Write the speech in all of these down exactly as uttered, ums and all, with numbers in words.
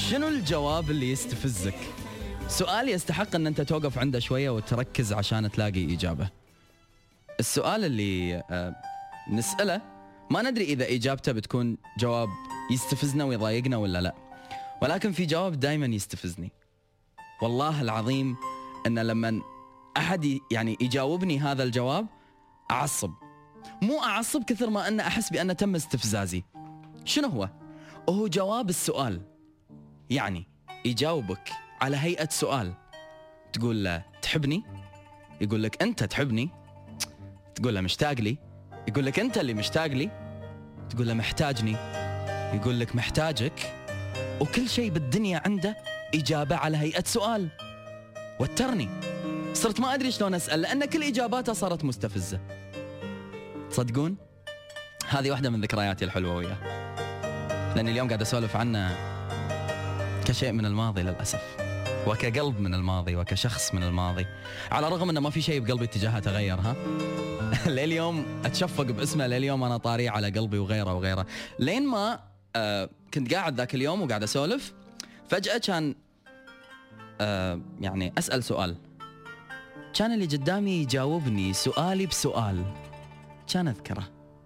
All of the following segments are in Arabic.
شنو الجواب اللي يستفزك؟ سؤال يستحق أن أنت توقف عنده شوية وتركز عشان تلاقي إجابة. السؤال اللي آه نسأله ما ندري إذا إجابته بتكون جواب يستفزنا ويضايقنا ولا لا، ولكن في جواب دايما يستفزني. والله العظيم أن لما أحد يعني يجاوبني هذا الجواب أعصب، مو أعصب كثر ما أن أحس بأن تم استفزازي. شنو هو؟ وهو جواب السؤال. يعني يجاوبك على هيئة سؤال، تقول له تحبني؟ يقول لك أنت تحبني؟ تقول له مشتاق لي؟ يقول لك أنت اللي مشتاق لي؟ تقول له محتاجني؟ يقول لك محتاجك. وكل شيء بالدنيا عنده إجابة على هيئة سؤال. وترني صرت ما أدري شلون أسأل، لأن كل إجاباته صارت مستفزة. تصدقون هذه واحدة من ذكرياتي الحلوة وياه، لأن اليوم قاعد أسولف عنه كشيء من الماضي للأسف، وكقلب من الماضي، وكشخص من الماضي، على الرغم أنه ما في شيء بقلبي اتجاهه تغير. ها لليوم أتشفق باسمه، لليوم أنا طاري على قلبي وغيره وغيره. لين ما آه كنت قاعد ذاك اليوم وقاعد أسولف، فجأة كان آه يعني أسأل سؤال، كان اللي قدامي يجاوبني سؤالي بسؤال، كان أذكره.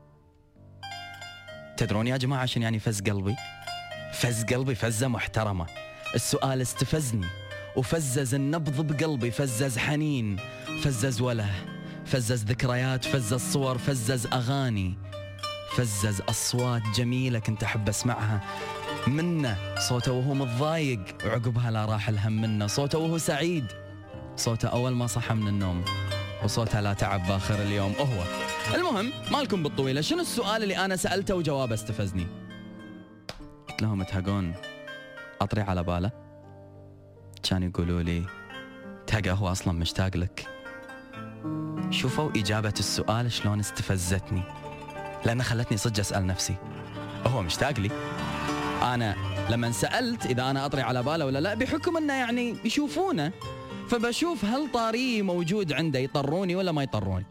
تدرون يا جماعة عشان يعني فز قلبي؟ فز قلبي فزة محترمة. السؤال استفزني وفزز النبض بقلبي، فزز حنين، فزز وله، فزز ذكريات، فزز صور، فزز أغاني، فزز أصوات جميلة كنت أحب أسمعها منه، صوته وهو متضايق وعقبها لا راح الهم منه، صوته وهو سعيد، صوته أول ما صحى من النوم، وصوته لا تعب باخر اليوم. أهو المهم مالكم بالطويلة، شنو السؤال اللي أنا سألته وجوابه استفزني؟ قلت لهم تهقون أطري على باله؟ كان يقولوا لي تهقى هو أصلا مشتاق لك. شوفوا إجابة السؤال شلون استفزتني، لأن خلتني صدق أسأل نفسي هو مشتاق لي؟ أنا لما سألت إذا أنا أطري على باله ولا لا، بحكم أنه يعني يشوفونه، فبشوف هل طاري موجود عنده يطروني ولا ما يطروني.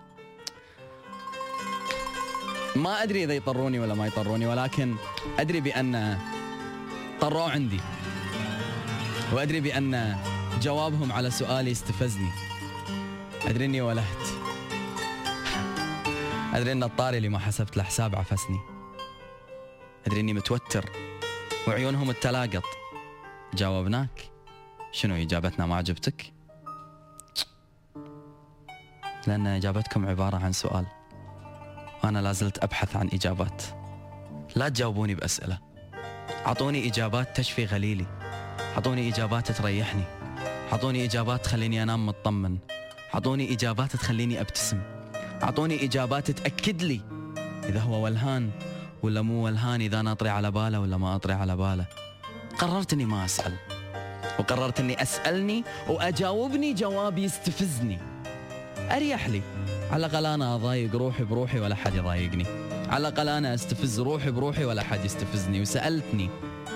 ما أدري إذا يطروني ولا ما يطروني، ولكن أدري بأن طروا عندي، وأدري بأن جوابهم على سؤالي استفزني. أدري أني ولهت، أدري أن الطاري اللي ما حسبت له حساب عفسني، أدري أني متوتر وعيونهم التلاقط. جاوبناك، شنو إجابتنا ما عجبتك؟ لأن إجابتكم عبارة عن سؤال، وأنا لازلت أبحث عن إجابات. لا تجاوبوني بأسئلة، عطوني إجابات تشفي غليلي، عطوني إجابات تريحني، عطوني إجابات تخليني أنام مطمن، عطوني إجابات تخليني أبتسم، عطوني إجابات تأكد لي إذا هو ولهان ولا مو ولهان، إذا أنا أطري على باله ولا ما أطري على باله. قررت أني ما أسأل، وقررت أني أسألني وأجاوبني جواب يستفزني، أريح لي. على الأقل أنا أضايق روحي بروحي ولا حد يضايقني، على الأقل أنا أستفز روحي بروحي ولا حد يستفزني. وسألتني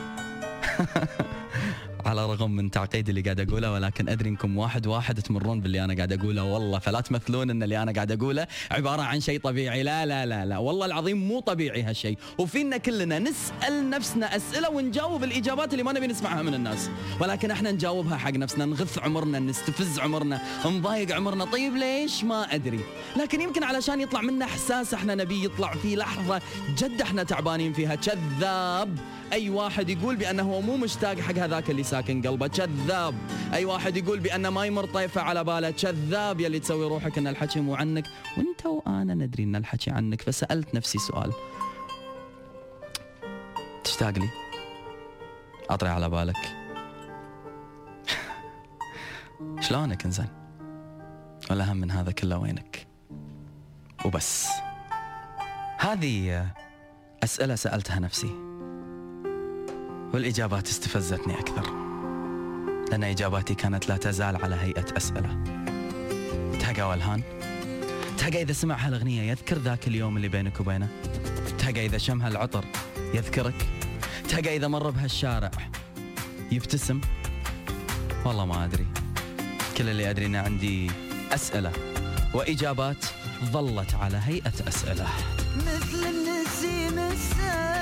على الرغم من تعقيد اللي قاعد أقوله، ولكن أدري إنكم واحد واحد تمرون باللي أنا قاعد أقوله والله، فلا تمثلون إن اللي أنا قاعد أقوله عبارة عن شيء طبيعي. لا لا لا لا والله العظيم مو طبيعي هالشيء، وفينا كلنا نسأل نفسنا أسئلة ونجاوب الإجابات اللي ما نبي نسمعها من الناس، ولكن احنا نجاوبها حق نفسنا، نغث عمرنا، نستفز عمرنا، نضايق عمرنا. طيب ليش؟ ما أدري، لكن يمكن علشان يطلع منا إحساس احنا نبي يطلع في لحظة جد احنا تعبانين فيها. كذاب أي واحد يقول بأنه هو مو مشتاق حق هذاك اللي ساكن قلبه، كذاب أي واحد يقول بأنه ما يمر طيفة على باله، كذاب يلي تسوي روحك أن الحكي مو عنك، وانت وأنا ندري أن الحكي عنك. فسألت نفسي سؤال، تشتاق لي؟ أطري على بالك؟ شلونك إنزين؟ ولا هم من هذا كله وينك؟ وبس. هذه أسئلة سألتها نفسي، والإجابات استفزتني أكثر، لأن إجاباتي كانت لا تزال على هيئة أسئلة. تهقى ولهان؟ تهقى إذا سمع هالأغنية يذكر ذاك اليوم اللي بينك وبينه؟ تهقى إذا شم هالعطر يذكرك؟ تهقى إذا مر بهالشارع يبتسم؟ والله ما أدري. كل اللي أدري أن عندي أسئلة وإجابات ظلت على هيئة أسئلة. مثل النسيم السابق